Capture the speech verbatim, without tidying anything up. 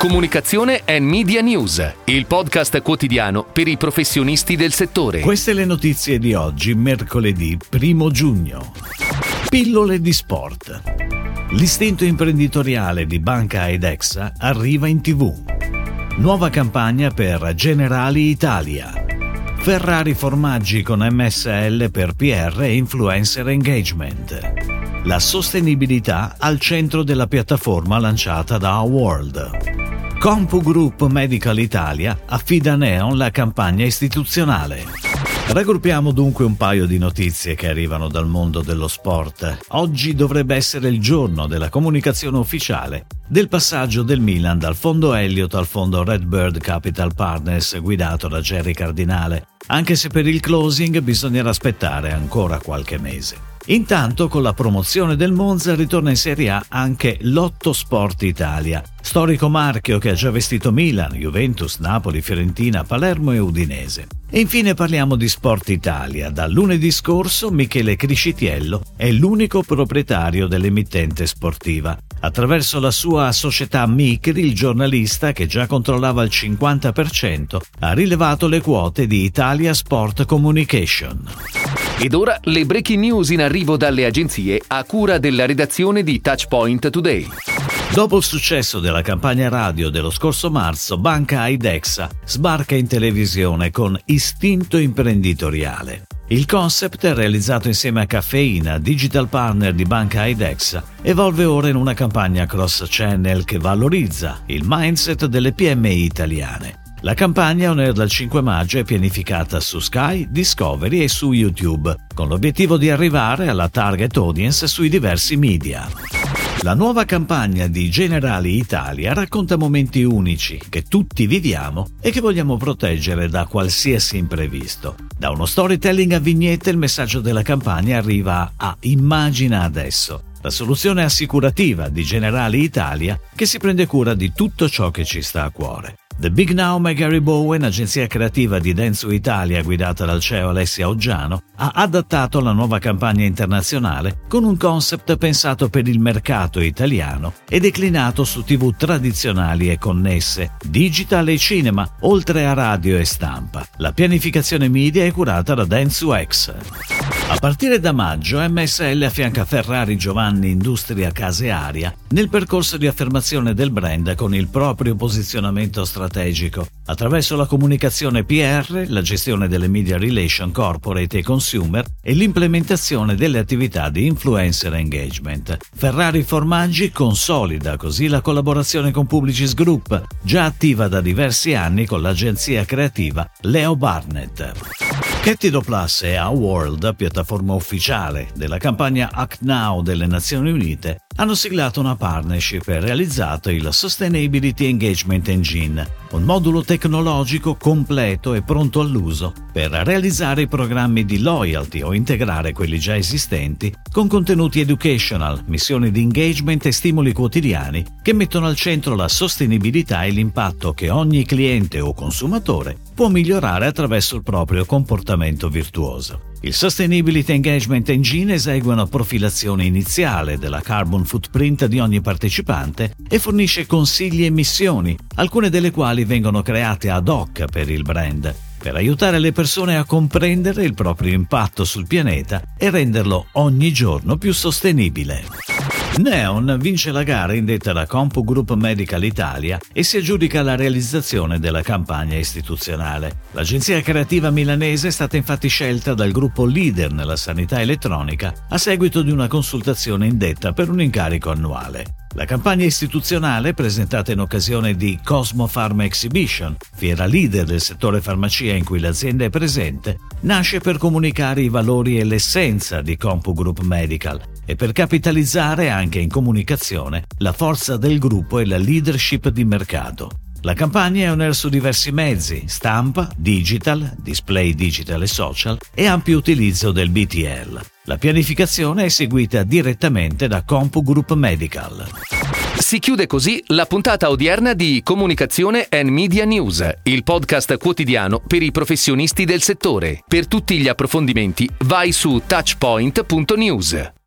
Comunicazione and Media News, il podcast quotidiano per i professionisti del settore. Queste le notizie di oggi, mercoledì primo giugno. Pillole di sport. L'istinto imprenditoriale di Banca Aedexa arriva in tivù. Nuova campagna per Generali Italia. Ferrari formaggi con M S L per P R e Influencer Engagement. La sostenibilità al centro della piattaforma lanciata da World. CompuGroup Medical Italia affida a Neon la campagna istituzionale. Raggruppiamo dunque un paio di notizie che arrivano dal mondo dello sport. Oggi dovrebbe essere il giorno della comunicazione ufficiale del passaggio del Milan dal fondo Elliott al fondo Redbird Capital Partners guidato da Jerry Cardinale, anche se per il closing bisognerà aspettare ancora qualche mese. Intanto, con la promozione del Monza ritorna in Serie A anche Lotto Sport Italia, storico marchio che ha già vestito Milan, Juventus, Napoli, Fiorentina, Palermo e Udinese. E infine parliamo di Sport Italia. Dal lunedì scorso Michele Criscitiello è l'unico proprietario dell'emittente sportiva. Attraverso la sua società Micri, il giornalista, che già controllava il cinquanta per cento, ha rilevato le quote di Italia Sport Communication. Ed ora le breaking news in arrivo dalle agenzie a cura della redazione di Touchpoint Today. Dopo il successo della campagna radio dello scorso marzo, Banca Aedexa sbarca in televisione con Istinto imprenditoriale. Il concept, realizzato insieme a Caffeina, digital partner di Banca Aedexa, evolve ora in una campagna cross-channel che valorizza il mindset delle P M I italiane. La campagna, on air dal cinque maggio, è pianificata su Sky, Discovery e su YouTube, con l'obiettivo di arrivare alla target audience sui diversi media. La nuova campagna di Generali Italia racconta momenti unici che tutti viviamo e che vogliamo proteggere da qualsiasi imprevisto. Da uno storytelling a vignette il messaggio della campagna arriva a Immagina adesso, la soluzione assicurativa di Generali Italia che si prende cura di tutto ciò che ci sta a cuore. The Big Now e Gary Bowen, agenzia creativa di Dentsu Italia guidata dal C E O Alessia Oggiano, ha adattato la nuova campagna internazionale con un concept pensato per il mercato italiano e declinato su tivù tradizionali e connesse, digital e cinema, oltre a radio e stampa. La pianificazione media è curata da Dentsu X. A partire da maggio M S L affianca Ferrari Giovanni Industria Case Aria nel percorso di affermazione del brand con il proprio posizionamento strategico, attraverso la comunicazione P R, la gestione delle media relation corporate e consumer e l'implementazione delle attività di influencer engagement. Ferrari Formaggi consolida così la collaborazione con Publicis Group, già attiva da diversi anni con l'agenzia creativa Leo Barnett. Kettido Plus e World, piattaforma ufficiale della campagna Act Now delle Nazioni Unite, hanno siglato una partnership e realizzato il Sustainability Engagement Engine, un modulo tecnologico completo e pronto all'uso per realizzare i programmi di loyalty o integrare quelli già esistenti con contenuti educational, missioni di engagement e stimoli quotidiani che mettono al centro la sostenibilità e l'impatto che ogni cliente o consumatore può migliorare attraverso il proprio comportamento virtuoso. Il Sustainability Engagement Engine esegue una profilazione iniziale della carbon footprint di ogni partecipante e fornisce consigli e missioni, alcune delle quali vengono create ad hoc per il brand, per aiutare le persone a comprendere il proprio impatto sul pianeta e renderlo ogni giorno più sostenibile. Neon vince la gara indetta da CompuGroup Medical Italia e si aggiudica la realizzazione della campagna istituzionale. L'agenzia creativa milanese è stata infatti scelta dal gruppo leader nella sanità elettronica a seguito di una consultazione indetta per un incarico annuale. La campagna istituzionale, presentata in occasione di Cosmo Pharma Exhibition, fiera leader del settore farmacia in cui l'azienda è presente, nasce per comunicare i valori e l'essenza di CompuGroup Medical e per capitalizzare anche in comunicazione la forza del gruppo e la leadership di mercato. La campagna è on air su diversi mezzi, stampa, digital, display digital e social e ampio utilizzo del B T L. La pianificazione è eseguita direttamente da CompuGroup Medical. Si chiude così la puntata odierna di Comunicazione and Media News, il podcast quotidiano per i professionisti del settore. Per tutti gli approfondimenti vai su touchpoint punto news.